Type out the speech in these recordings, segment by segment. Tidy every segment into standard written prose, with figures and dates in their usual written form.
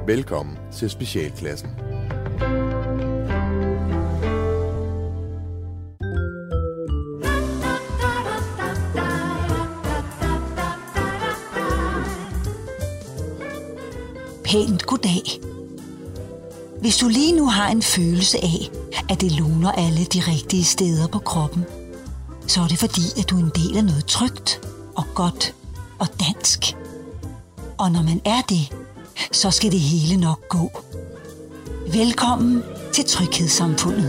Velkommen til Specialklassen. Pænt goddag. Hvis du lige nu har en følelse af, at det luner alle de rigtige steder på kroppen, så er det fordi, at du er en del af noget trygt og godt og dansk. Og når man er det, så skal det hele nok gå. Velkommen til Tryghedssamfundet.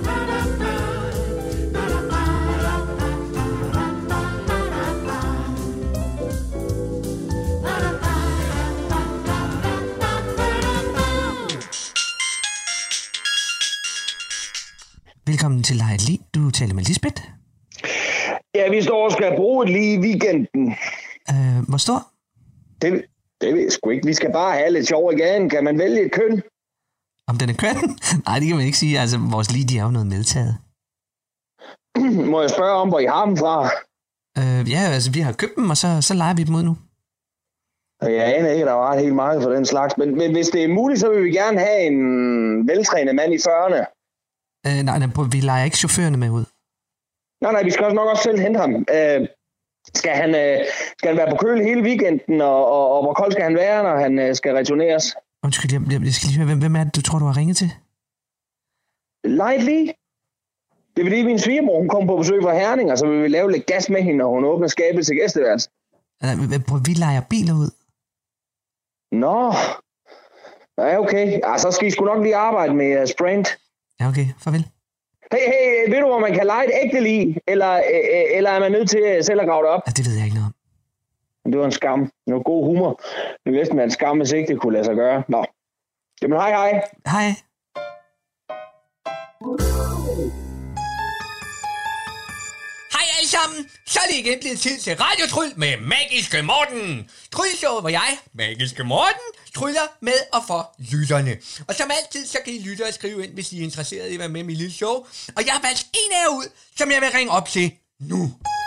Velkommen til Lejet Lige. Du taler med Lisbeth. Ja, vi står og skal bruge det lige i weekenden. Hvor stor? Det ved jeg sgu ikke. Vi skal bare have lidt sjov igen. Kan man vælge et køn? Om den er køn? Nej, det kan man ikke sige. Altså, vores lige, de er jo noget medtaget. Må jeg spørge om, hvor I har dem fra? Ja, altså, vi har købt dem, og så leger vi dem ud nu. Jeg aner ikke, der var et helt marked for den slags. Men hvis det er muligt, så vil vi gerne have en veltrænet mand i 40'erne. Nej, vi leger ikke chaufførerne med ud. Nej, vi skal nok også selv hente ham. Skal han være på køl hele weekenden, og hvor kold skal han være, når han skal returneres? Undskyld, jeg skal lige høre, hvem er det, du tror, du har ringet til? Lejet Lige. Det er fordi, min svigermor, hun kom på besøg fra Herning, og så vil vi lave lidt gas med hende, når hun åbner skabet til gæsteværelse. Vi leger biler ud. Nå. Ja, okay. Ja, så skal I sgu nok lige arbejde med Sprint. Ja, okay. Farvel. Hey, ved du, hvor man kan lege et ægte lig? Eller er man nødt til selv at grave det op? Ja, det ved jeg ikke noget om. Det var en skam. Det var god humor. Det ville næsten være en skam, hvis ikke det kunne lade sig gøre. Nå. Jamen, hej. Hej. Hej alle sammen. Så er det igen blevet tid til Radiotryl med Magiske Morten. Trylleshowet, hvor jeg, Magiske Morten, tryller med og for lytterne. Og som altid, så kan I lyttere skrive ind, hvis I er interesseret i at være med i mit lille show. Og jeg har valgt en af jer ud, som jeg vil ringe op til nu.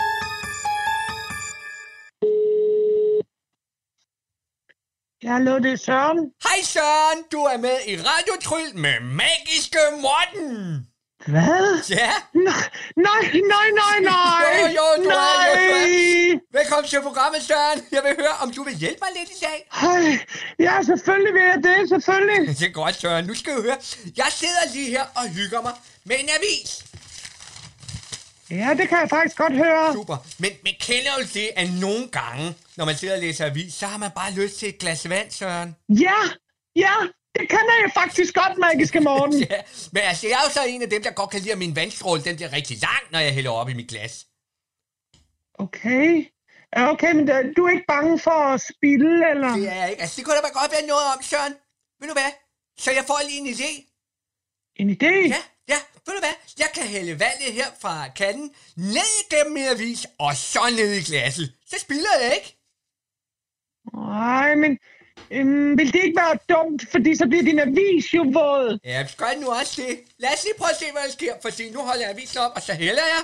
Hallo, det er Søren. Hej Søren, du er med i Radiotryl med Magiske Morten. Hvad? Ja. Nej. Jo, du nej. er. Velkommen til programmet, Søren. Jeg vil høre, om du vil hjælpe mig lidt i dag. Ja, selvfølgelig vil jeg det, selvfølgelig. Det er godt, Søren. Nu skal du høre. Jeg sidder lige her og hygger mig med en avis. Ja, det kan jeg faktisk godt høre. Super. Men kender du det, at nogle gange, når man sidder og læser avis, så har man bare lyst til et glas vand, Søren? Ja. Det kender jeg faktisk godt, Magiske Morten. Ja, men altså, jeg er jo så en af dem, der godt kan lide, at min vandstråle, den bliver rigtig lang, når jeg hælder op i mit glas. Okay. Ja, okay, men du er ikke bange for at spilde, eller? Det er jeg ikke. Altså, det kunne da godt være noget om, Søren. Ved du hvad? Så jeg får lige en idé. En idé? Ja, ved du hvad? Jeg kan hælde vandet her fra kanden ned igennem min avis, og så ned i glasset. Så spilder jeg ikke. Nej, men vil det ikke være dumt, fordi så bliver din avis jo våd? Ja, skal nu også det. Lad os lige prøve at se, hvad der sker, fordi nu holder jeg avisen op, og så hælder jeg.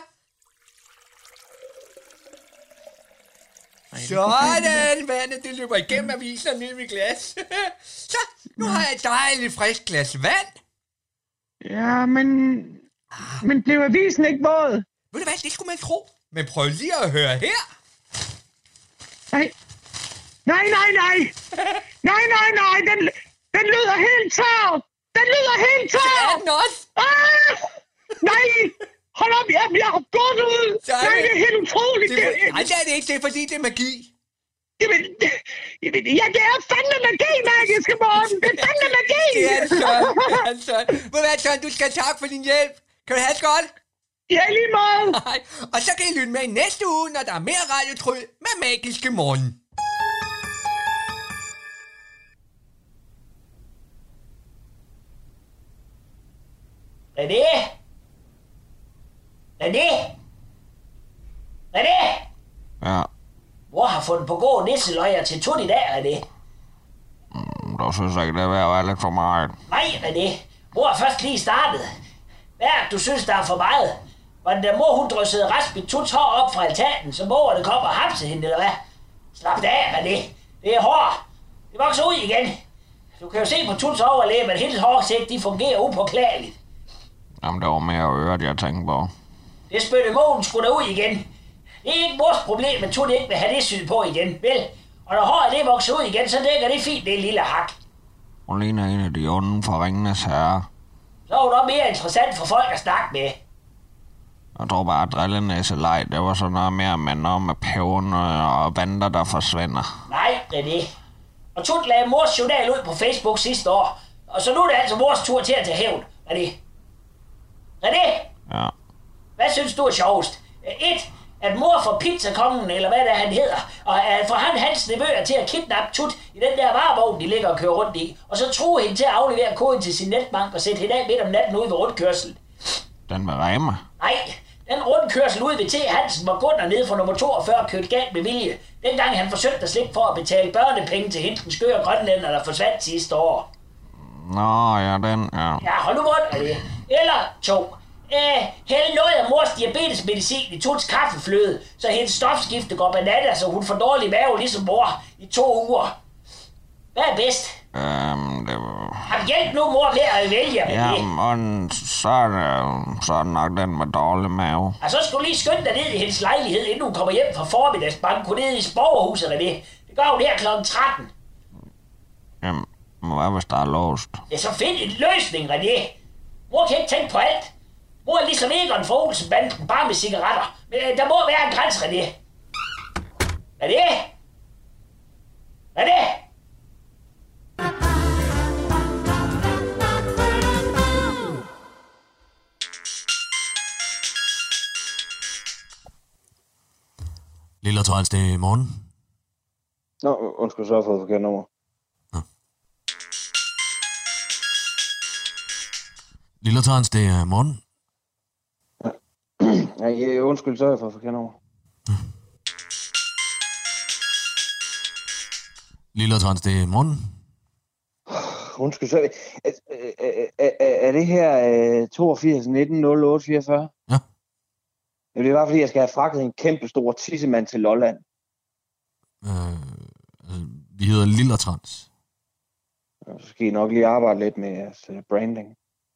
Sådan, vandet det løber igennem avisen og ned i mit glas. Så, nu har jeg et dejligt frisk glas vand. Ja, men blev avisen ikke våd? Ved du hvad, det skulle man tro. Men prøv lige at høre her. Nej, den lyder helt tør. Den lyder helt tør. Det er den også. Nej, hold op, jeg har gået ud. Nej, det er helt utroligt. Nej, det er det ikke, det er fordi, det er magi. Jamen, ja, det er fandme magi, Magiske Morten. Det er fandme magi. Det er det, Søren. Ved du hvad, Søren, du skal tak for din hjælp. Kan du have det godt? Ja, lige meget. Nej, og så kan I lytte med i næste uge, når der er mere Radiotryl med Magiske Morten. René? Ja. Mor har fundet på gode nisseløjer til tut i dag, René. Der synes jeg ikke, det er ved at være lidt for meget. Nej, René. Mor er først lige startet. Hvad er det, du synes, der er for meget? Var den der mor, hun dryssede raspigt tuts hår op fra altanen, så mågerne kom og hapse hende, eller hvad? Slap det af, René. Det er hår. Det vokser ud igen. Du kan jo se på Tuts overlæb, at hendes hårsæt, de fungerer upåklageligt. Jamen, det var mere øret, jeg tænkte på. Det spytte mågen skulle derud igen. Det er ikke vores problem, at Tut ikke vil have det syet på igen, vel? Og når håret det vokser ud igen, så dækker det fint det lille hak. Hun ligner en af de onde fra Ringenes Herre. Så er det mere interessant for folk at snakke med. Jeg tror bare, at drillenæsselej, det var sådan noget mere med noget med peberne og bander, der forsvinder. Nej, det er det. Og Tut lagde mors journal ud på Facebook sidste år. Og så nu er det altså mors tur til at tage hævn. René? Ja. Hvad synes du er sjovest? 1. At mor får pizzakongen, eller hvad det han hedder, og at få hans nevøer til at kidnappe Tut i den der varevogn, de ligger og kører rundt i, og så true hende til at aflevere koden til sin netbank og sætte hende af midt om natten ude ved rundkørsel. Den med Rema? Nej, den rundkørsel ude ved T. Hansen, hvor Gunnar nede fra nummer 42 kørte galt med vilje. Dengang han forsøgte at slippe for at betale børnepenge til hende, den skøre grønlænder, der forsvandt sidste år. Nå, ja, den, ja. Ja, hold nu rundt med det. Eller 2. Hælde noget af mors diabetesmedicin i Tuts kaffefløde, så hendes stofskifte går bananer, så hun får dårlig mave ligesom mor i 2 uger. Hvad er bedst? Det var... Har hjælp nu mor med at vælge med det? Jamen, så er det nok den med dårlig mave. Og så skulle du lige skynde dig ned i hendes lejlighed, inden hun kommer hjem fra formiddagsbanken. Hun ned i Sporgerhuset med det. Det gør hun her kl. 13. Jamen, hvad hvis der er låst? Ja, så find en løsning, René. Mor kan ikke tænke på alt. Mor er ligesom Egon fra Olsenbanden, bare med cigaretter. Men der må være en grænse, René. René? René? Lille Trans, det er morgen. Nå, undskyld, så har jeg fået forkert nummer. Ja. Lille Trans, det er morgen. Ja, undskyld, så har jeg fået forkert nummer. Lille Trans, det er morgen. Undskyld, så er det her 82 19 08 44? Ja. Det er bare fordi, jeg skal have fragtet en kæmpe stor tissemand til Lolland. Vi hedder Lille Trans. Så skal I nok lige arbejde lidt med jeres branding.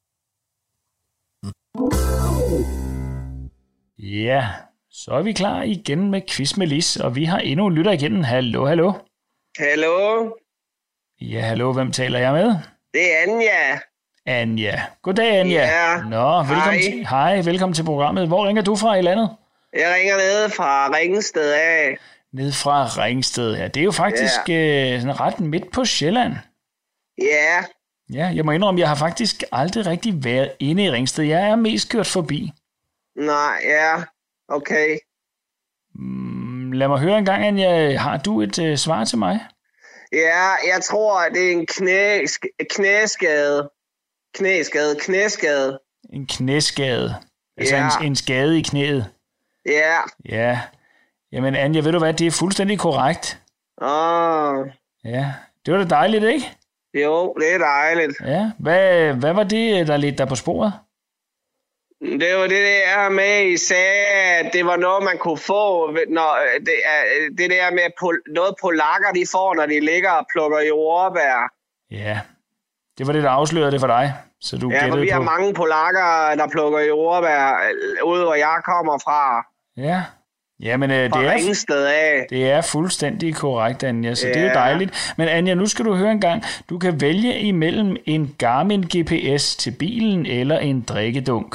Ja, så er vi klar igen med Quiz med Lis, og vi har endnu en lytter igennem. Hallo, hallo. Hallo? Ja, hallo, hvem taler jeg med? Det er Anja. Anja. Goddag, Anja. Ja. Nå, velkommen til. Hej, velkommen til programmet. Hvor ringer du fra i landet? Jeg ringer nede fra Ringsted af. Nede fra Ringsted, ja. Det er jo faktisk sådan ret midt på Sjælland. Ja. Ja, jeg må indrømme, jeg har faktisk aldrig rigtig været inde i Ringsted. Jeg er mest kørt forbi. Nej, ja. Okay. Lad mig høre en gang, Anja. Har du et svar til mig? Ja, jeg tror, at det er en knæskade. Knæskade. En knæskade. Altså en skade i knæet. Ja. Ja. Jamen, Anja, ved du hvad? Det er fuldstændig korrekt. Ja. Det var da dejligt, ikke? Jo, det er dejligt. Ja. Hvad var det, der ledte dig på sporet? Det var det der med, I sagde, at det var noget, man kunne få, når det der med noget polakker, de får, når de ligger og plukker jordbær. Ja, det var det, der afslørede det for dig. Så du ja, for vi har mange polakker, der plukker jordbær ude, hvor jeg kommer fra. Ja. Jamen, det er fuldstændig korrekt, Anja, så det er jo dejligt. Men Anja, nu skal du høre en gang. Du kan vælge imellem en Garmin GPS til bilen eller en drikkedunk.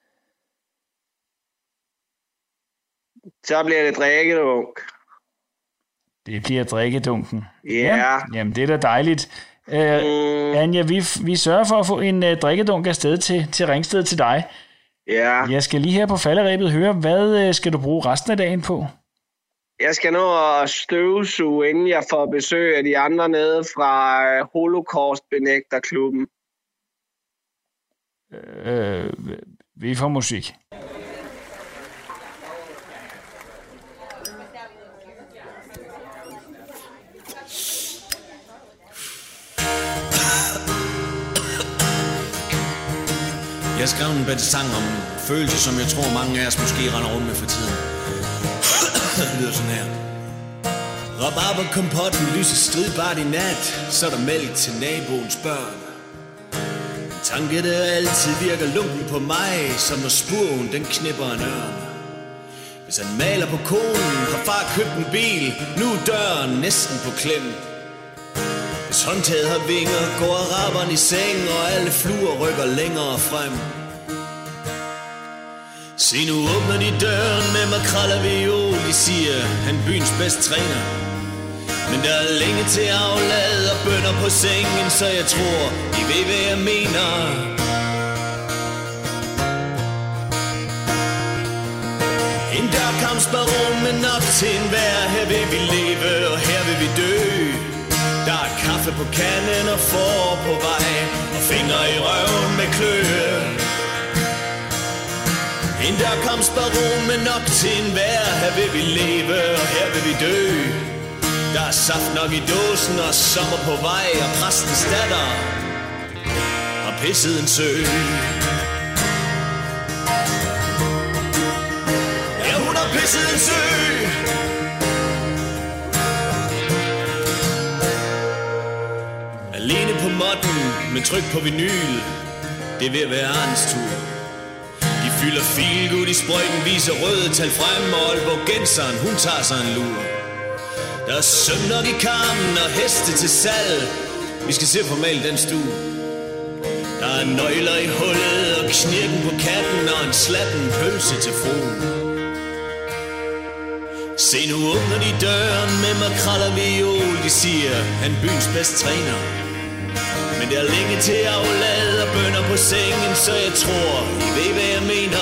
Så bliver det drikkedunk. Det bliver drikkedunken. Ja. Jamen, det er da dejligt. Anja, vi sørger for at få en drikkedunk afsted til Ringsted til dig. Ja. Jeg skal lige her på falderebet høre, hvad skal du bruge resten af dagen på? Jeg skal nå at støvsuge, inden jeg får besøg af de andre nede fra Holocaust-benægterklubben. Vi får musik. Jeg skrev en bedre sang om følelser, som jeg tror mange af os måske render rundt med for tiden. Det lyder sådan her. Rabarberkompotten lyser stridbart i nat, så er der mælk til naboens børn. En tanke, der altid virker lunken på mig, som når spurven den knipper en ørn. Hvis han maler på konen, har far købt en bil, nu er døren næsten på klem. Hvis håndtaget har vinger, går araberen i seng, og alle fluer rykker længere frem. Se nu åbner de døren med makrel og viol, de siger, han byens bedste træner. Men der er længe til aflad og bønner på sengen, så jeg tror, I ved, hvad jeg mener. En dørkampsbaron med nok til enhver, her vil vi leve, og her vil vi dø. Der er kaffe på kanden og får på vej, og fingre i røven med kløe. En dørkampsbaron med nok til enhver, her vil vi leve, og her vil vi dø. Der er saft nok i dåsen og sommer på vej, og præstens datter har pisset en sø. Ja, hun har pisset en sø. Alene på måtten med tryk på vinyl, det er ved at være Arns tur. De fylder feelgood i sprøjten, viser røde tal frem, og Aalborg Genseren, hun tager sig en lur. Der er søm nok i karmen og heste til salg. Vi skal se på male den stue. Der er nøgler i hullet og knirken på katten og en slatten pølse til fruen. Se nu åbner de døren med makrel og viol, de siger, han byens bedste træner. Men der er længe til aflad og bønner på sengen, så jeg tror, I ved, hvad jeg mener.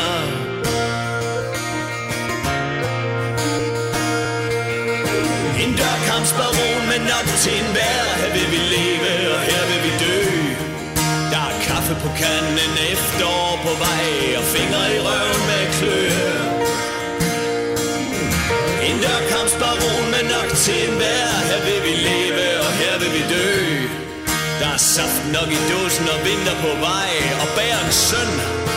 En dørkampsbaron med nok til enhver, her vil vi leve, og her vil vi dø. Der er kaffe på kanden, efterår på vej, og fingre i røven med kløe. En dørkampsbaron med nok til enhver, her vil vi leve, og her vil vi dø. Der er saft nok i dåsen og vinter på vej, og bærens søn.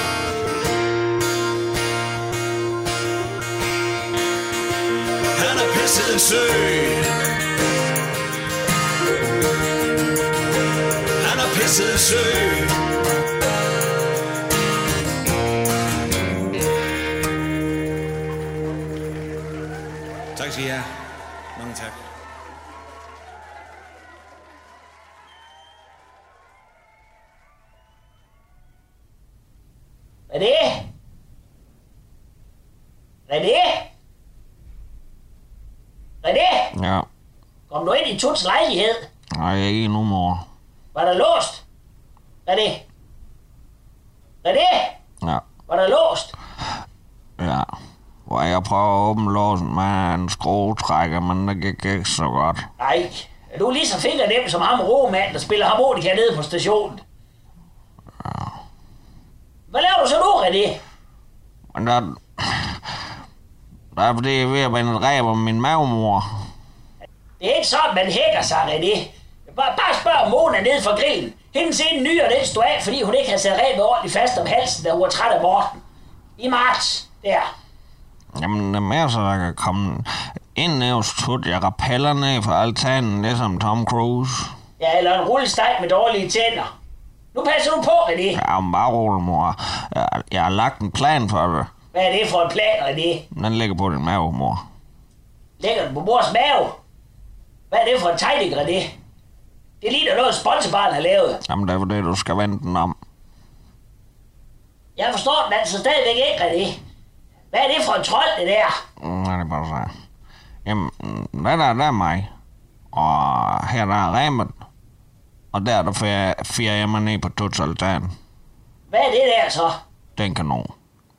Han har pisset en sø. Han har pisset en sø. Tak skal I have. Mange tak. René? Ja. Kom du ind i Tuts lejlighed? Nej, ikke endnu, mor. Var der låst? René? Ja. Var der låst? Ja. Hvor jeg prøver at åbne låsen med en skruetrækker, men det gik ikke så godt. Nej, du er lige så fingernem som ham romand, der spiller harmonika nede på stationen. Ja. Hvad laver du så nu, René? Men der er fordi, jeg er ved at vende et ræb om min mavemor. Det er ikke sådan, man hækker sig, René. Bare spørg Mona nede fra grillen. Hendes ene nyere, den stod af, fordi hun ikke havde sat ræbet ordentligt fast om halsen, da hun var træt af Morten. I marts, der. Jamen, det er mere så, der kan komme ind nævst tut. Jeg rappeller ned fra altanen, ligesom Tom Cruise. Ja, eller en rullesteg med dårlige tænder. Nu passer du på, René. Ja, men bare rolig, mor. Jeg har lagt en plan for det. Hvad er det for en plan, René? Den ligger på din mave, mor. Ligger den på mors mave? Hvad er det for en tegning, René? Det ligner noget, sponsorbarn har lavet. Jamen, det er det, du skal vende den om. Jeg forstår den altså stadigvæk ikke, René. Hvad er det for en trold, det der? Nej, det er bare så. Jamen, hvad der er mig. Og her der er Raymond. Og der firer jeg mig ned på Tuts altan. Hvad er det der så? Det er en kanon.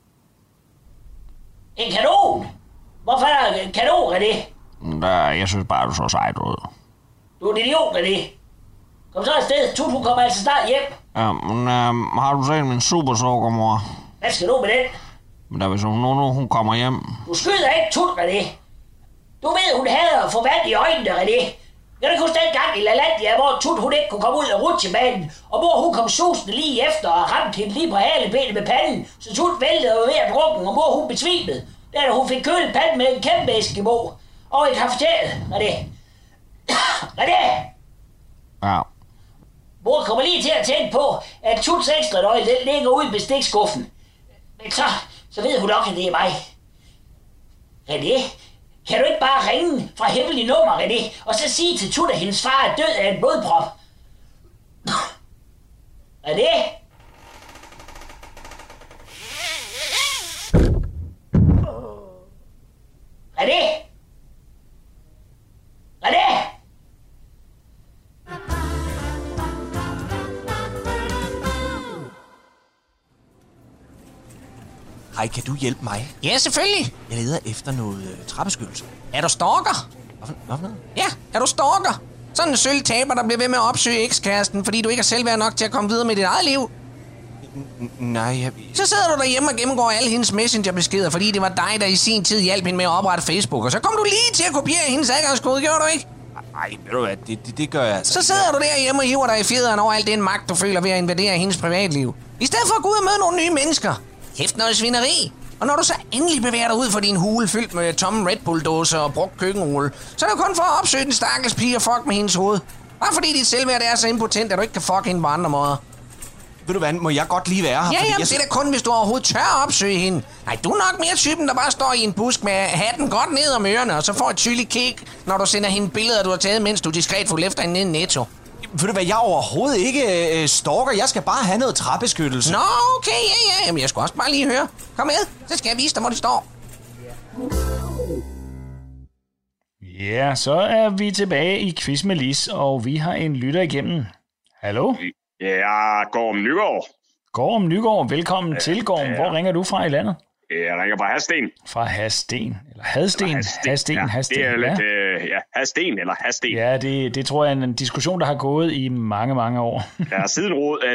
En kanon? Hvorfor er der en kanon, René? Jeg synes bare, du så sejt ud. Du er en idiot, René. Kom så afsted. Tutu kommer altså snart hjem. Ja, men har du set min supersukker, mor? Hvad skal du med den? Men da hvis hun kommer hjem. Du skyder ikke Tut, René. Du ved, hun havde at få vand i øjnene, René. Jeg kan huske den gang i LaLandia, hvor Tut hun ikke kunne komme ud af rutsjebanen, og hvor hun kom susende lige efter og ramte hende lige på halebenet med panden, så Tut væltede og var ved at drukke, og hvor hun besvimede, da hun fik kølet panden med en kæmpe eskimo. over i kafeteriet. René! Ja. Mor kommer lige til at tænke på, at Tuts ekstra løg, den ligger ude i bestikskuffen. Men så ved hun nok, at det er mig. René, kan du ikke bare ringe fra hemmelig nummer, René, og så sige til Tut, at hendes far er død af en blodprop? René? René? René? Hej, kan du hjælpe mig? Ja, selvfølgelig. Jeg leder efter noget trappeskyttelse. Er du stalker? Hvad for noget? Ja, er du stalker? Sådan en sølv taber, der bliver ved med at opsøge ekskæresten, fordi du ikke er selvværd nok til at komme videre med dit eget liv. Nej, Så sidder du derhjemme og gennemgår alle hendes messengerbeskeder, fordi det var dig, der i sin tid hjalp hende med at oprette Facebook. Og så kom du lige til at kopiere hendes adgangskode, gjorde du ikke? Nej, ved du hvad, det gør jeg altså. Så sidder du derhjemme og hiver dig i fjederen over al den magt, du føler ved at invadere hendes privatliv. I stedet for at gå ud og møde nogle nye mennesker. Hæft noget svineri. Og når du så endelig bevæger dig ud for din hule fyldt med tomme Red Bull-dåser og brugt køkkenrulle, så er det kun for at opsøge den stakkels pige og fuck med hendes hoved. Bare fordi dit selvværd er så impotent, at du ikke kan fuck hende på andre måder. Ved du hvad, må jeg godt lige være her? Ja, jamen, det er da kun, hvis du overhovedet tør at opsøge hende. Nej, du er nok mere typen, der bare står i en busk med hatten godt ned om ørerne, og så får et tydeligt kig, når du sender hende billeder, du har taget, mens du diskret fulgt efter hende ned i Netto. Ved du hvad, jeg er overhovedet ikke stalker. Jeg skal bare have noget træbeskyttelse. Nå, okay, ja. Jamen, jeg skal også bare lige høre. Kom med, så skal jeg vise dig, hvor det står. Ja, så er vi tilbage i Quiz med Lis, og vi har en lytter igennem. Hallo? Ja, Gorm Nygaard. Gorm Nygaard, velkommen til Gorm. Hvor ringer du fra i landet? Jeg ringer fra Hadsten. Fra Hadsten, eller Hadsten? Hadsten. Det er lidt, Hadsten eller Hadsten. Ja, det tror jeg er en diskussion, der har gået i mange, mange år. Ja, siden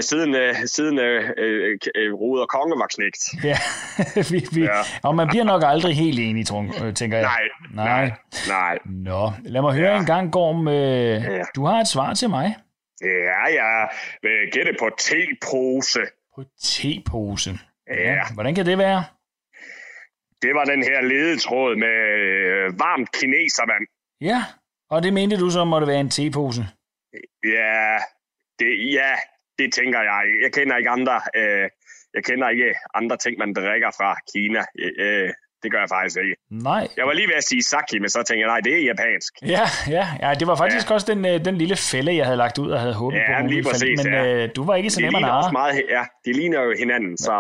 Rod og Konge var knægt. Ja, og man bliver nok aldrig helt enig, tænker jeg. Nej. Nå, lad mig høre en gang, Gorm. Du har et svar til mig. Ja, jeg vil gætte på tepose. På tepose? Ja. Hvordan kan det være? Det var den her ledetråd med varmt kineservand. Ja, og det mente du så måtte være en tepose? Ja, det tænker jeg. Jeg kender ikke andre ting, man drikker fra Kina. Det gør jeg faktisk ikke. Nej. Jeg var lige ved at sige sake, men så tænkte jeg, nej, det er japansk. Ja, det var faktisk også den lille fælde, jeg havde lagt ud og havde håbet på. Ja, lige præcis, men du var ikke så nem at narre. Ja, de ligner jo hinanden, så...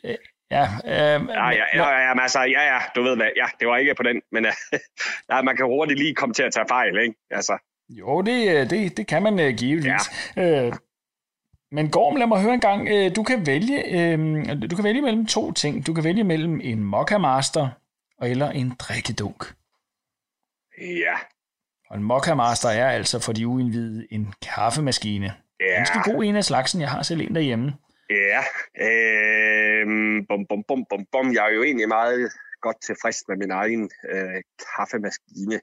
du ved hvad, det var ikke på den, men man kan hurtigt lige komme til at tage fejl, ikke? Altså. Jo, det kan man givetvis. Ja. Men Gorm, lad mig høre en gang. Du kan vælge mellem to ting. Du kan vælge mellem en Mokka Master eller en drikkedunk. Ja. Og en Mokka Master er altså for de uindvidede en kaffemaskine. Ja. Ganske god en af slagsen. Jeg har selv en derhjemme. Ja. Jeg er jo egentlig meget godt tilfreds med min egen kaffemaskine.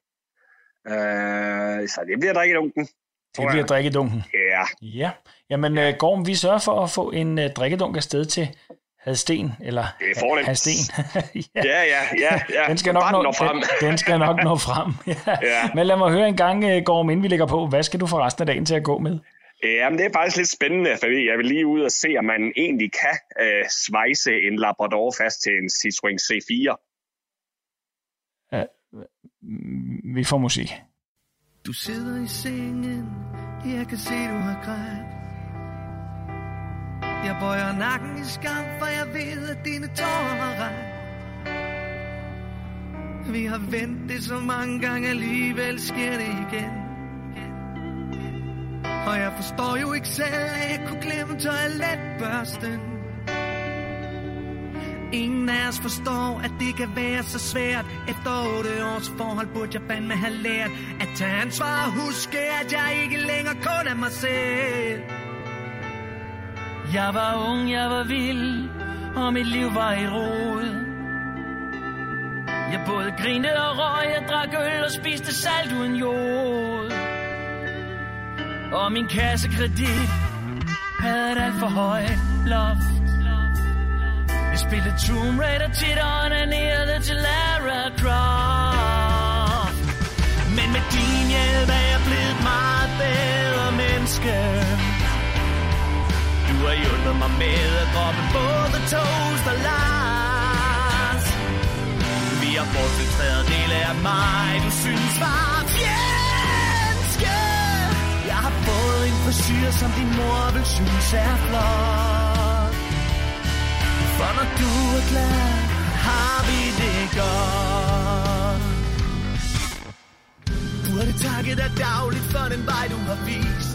Så det bliver drikkedunken. Det bliver drikkedunken? Ja. Jamen, Gorm, vi sørger for at få en drikkedunk afsted til Hadsten, eller Hadsten. Ja. Den skal nok nå frem. Den skal nok nå frem. Ja. Men lad mig høre en gang, Gorm, inden vi lægger på. Hvad skal du for resten af dagen til at gå med? Jamen, det er faktisk lidt spændende, fordi jeg vil lige ud og se, om man egentlig kan svejse en Labrador fast til en Citroën C4. Ja, vi får musik. Du sidder i sengen, jeg kan se, du har grædt. Jeg bøjer nakken i skam, for jeg ved, at dine tårer har ret. Vi har vendt det så mange gange, alligevel sker det igen. Og jeg forstår jo ikke selv, at jeg kunne glemme toiletbørsten. Ingen af os forstår, at det kan være så svært. Efter 8 års forhold burde jeg fandme have lært at tage ansvar og huske, at jeg ikke længere kun er mig selv. Jeg var ung, jeg var vild, og mit liv var i rod. Jeg både grinede og røg, jeg drak øl og spiste salt uden jord. Og min kassekredit havde et alt for højt loft. Jeg spillede Tomb Raider tit og onanerede til Lara Croft. med både Toast og Lars. Vi har bortfiltreret dele af mig, du synes var fjendske. Jeg har fået en frisyr, som din mor vil synes er flot. For når du er glad, har vi det godt. Burde takke dig dagligt for den vej, du har vist.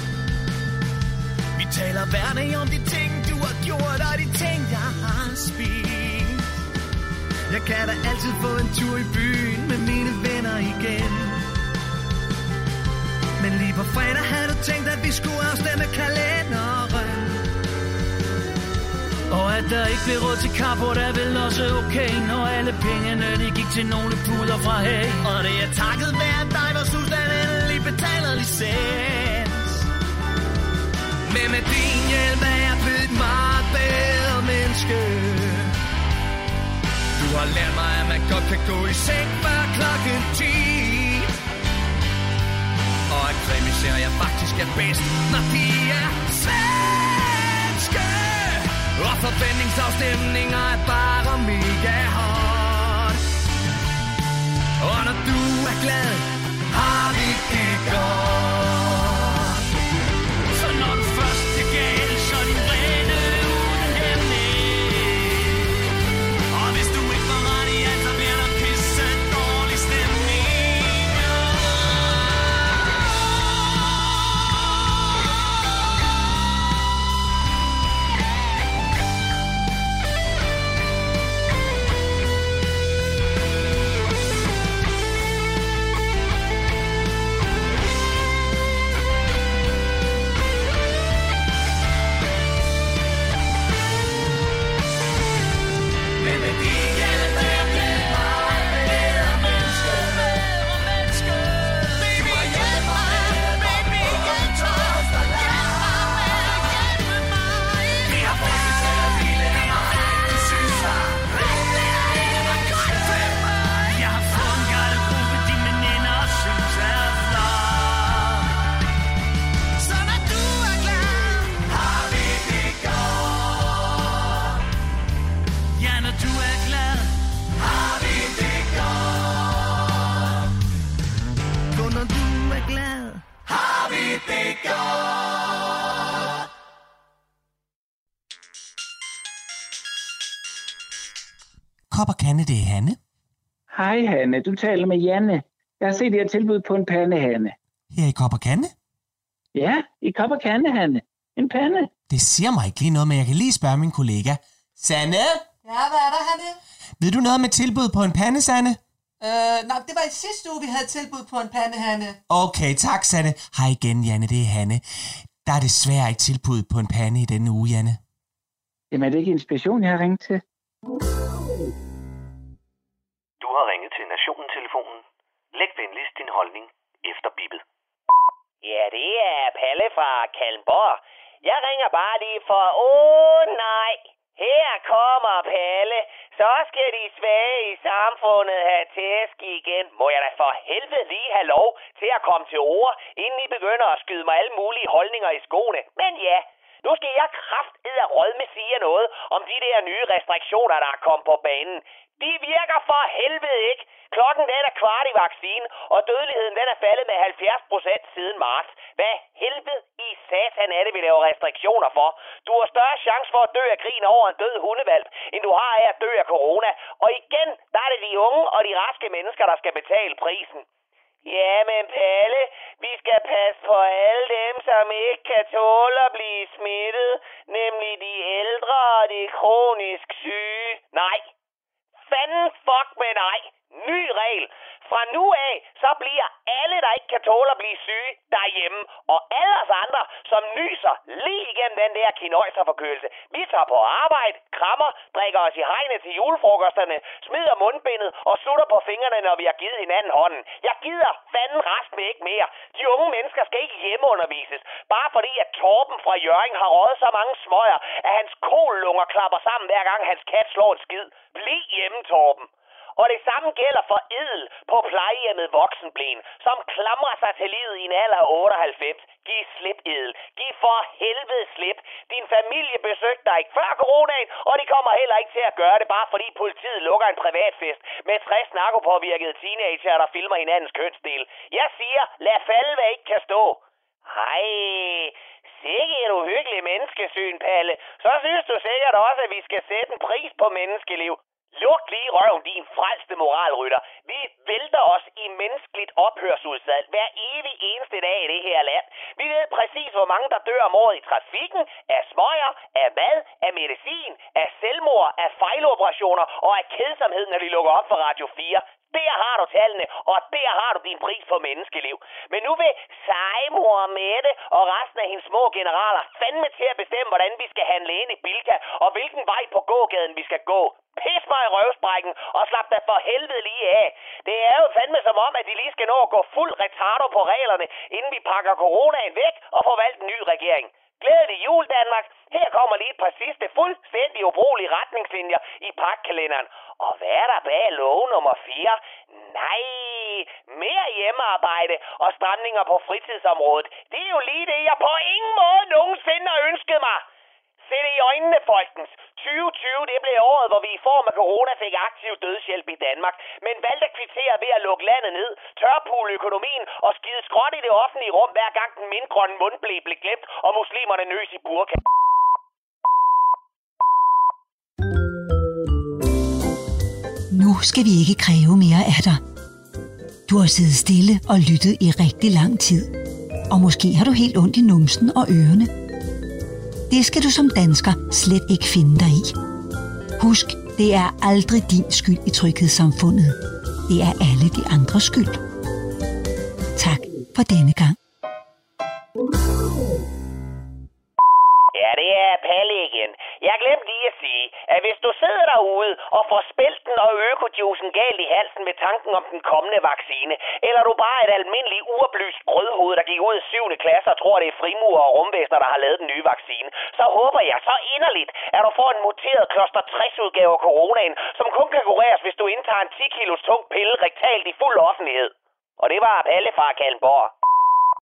Vi taler hverdag om de ting, du har gjort, og de ting, jeg har spist. Jeg kan da altid få en tur i byen med mine venner igen. Men lige på fredag havde du tænkt, at vi skulle afstemme kalenderen. Og at der ikke blev råd til carport er vel også okay, når alle pengene de gik til nogle puder fra Hay. Og det er takket være dig, hvor Susan endelig betaler licens. Men med din hjælp er jeg blevet et meget bedre menneske. Du har lært mig, at man godt kan gå i seng før klokken 10. Og at krimiserier faktisk er bedst, når de er svenske. Og forventningsafstemninger er bare mega hot. Og når du er glad, har vi det godt. Så når du først er gal, så er din vrede uden hemmelighed. Og hvis du ikke får ret i alt, så bliver der pisse dårlig stemning. Kop og kande, det er Hanne. Hej Hanne, du taler med Janne. Jeg har set jer tilbud på en pande, Hanne. Her i Kop og kande? Ja, i Kop og kande, Hanne. En pande. Det siger mig ikke lige noget, men jeg kan lige spørge min kollega. Sanne? Ja, hvad er der, Hanne? Ved du noget med tilbud på en pande, Sanne? Nej, det var i sidste uge, vi havde tilbud på en pande, Hanne. Okay, tak, Sanne. Hej igen, Janne, det er Hanne. Der er desværre ikke tilbud på en pande i denne uge, Janne. Jamen, er det ikke Inspiration, jeg har ringet til? Du har ringet til Nationen-telefonen. Læg venligst din holdning efter bippet. Ja, det er Palle fra Kalmborg. Jeg ringer bare lige for... nej. Her kommer Palle. Så skal de svage i samfundet have tæsk igen. Må jeg da for helvede lige have lov til at komme til ord, inden I begynder at skyde mig alle mulige holdninger i skoene. Men ja, nu skal jeg kraftedderrødme sige noget om de der nye restriktioner, der er kommet på banen. De virker for helvede ikke. Klokken den er kvart i vaccine, og dødeligheden den er faldet med 70% siden marts. Hvad helvede i satan er det, vi laver restriktioner for? Du har større chance for at dø af grin over en død hundevalp, end du har af at dø af corona. Og igen, der er det de unge og de raske mennesker, der skal betale prisen. Ja, men Palle, vi skal passe på alle dem, som ikke kan tåle at blive smittet, nemlig de ældre og de kronisk syge. Nej. Fanden fuck med nej. Ny regel. Fra nu af, så bliver alle, der ikke kan tåle at blive syge, derhjemme. Og alle os andre, som nyser lige igennem den der kinøjserforkølelse. Vi tager på arbejde, krammer, drikker os i hegnet til julefrokosterne, smider mundbindet og slutter på fingrene, når vi har givet hinanden hånden. Jeg gider fanden resten ikke mere. De unge mennesker skal ikke hjemmeundervises. Bare fordi, at Torben fra Hjørring har røget så mange smøger, at hans kollunger klapper sammen, hver gang hans kat slår en skid. Bliv hjemme, Torben. Og det samme gælder for Edel på plejehjemmet Voksenblen, som klamrer sig til livet i en alder af 98. Giv slip, Edel. Giv for helvede slip. Din familie besøgte dig ikke før coronaen, og de kommer heller ikke til at gøre det, bare fordi politiet lukker en privatfest med 60 narkopåvirkede teenager, der filmer hinandens kønsdel. Jeg siger, lad falde, hvad ikke kan stå. Hej, sikke et uhyggeligt menneskesyn, Palle. Så synes du sikkert også, at vi skal sætte en pris på menneskeliv. Luk lige røven, din frelste moralrytter. Vi vælter os i menneskeligt ophørsudsalg hver evig eneste dag i det her land. Vi ved præcis, hvor mange der dør om året i trafikken, af smøger, af mad, af medicin, af selvmord, af fejloperationer og af kedsomhed, når de lukker op for Radio 4. Der har du tallene, og der har du din pris på menneskeliv. Men nu vil sejmor Mette og resten af hendes små generaler fandme til at bestemme, hvordan vi skal handle ind i Bilka, og hvilken vej på gågaden vi skal gå. Pis mig i røvsprækken, og slap da for helvede lige af. Det er jo fandme som om, at de lige skal nå at gå fuld retardo på reglerne, inden vi pakker coronaen væk og får valgt en ny regering. Glædelig jul, Danmark. Her kommer lige et par sidste fuldstændig ubrugelige retningslinjer i pakkalenderen. Og hvad er der bag lov nummer 4? Nej, mere hjemmearbejde og stramninger på fritidsområdet. Det er jo lige det, jeg på ingen måde nogensinde har ønsket mig. Se det i øjnene, folkens. 2020, det blev året, hvor vi i form af corona fik aktiv dødshjælp i Danmark, men valgte at kvittere ved at lukke landet ned, tørpule økonomien og skide skråt i det offentlige rum, hver gang den mindgrønne mundblæ blev glemt, og muslimerne nøs i burka. Nu skal vi ikke kræve mere af dig. Du har siddet stille og lyttet i rigtig lang tid, og måske har du helt ondt i numsen og ørerne. Det skal du som dansker slet ikke finde dig i. Husk, det er aldrig din skyld i tryghedssamfundet. Det er alle de andres skyld. Tak for denne gang. Ja, det er Palle igen. Jeg glemte lige at sige, at hvis du sidder derude og får spælten og økojuicen galt i halsen med tanken om den kommende vaccine, eller du bare er et almindeligt uoplyst grødhoved, der gik ud i 7. klasse og tror, det er frimurer og rumvæsener, der har lavet den nye vaccine, så håber jeg så inderligt, at du får en muteret kloster 60-udgave af coronaen, som kun kan kureres, hvis du indtager en 10 kilos tung pille rektalt i fuld offentlighed. Og det var Palle fra Kalmborg.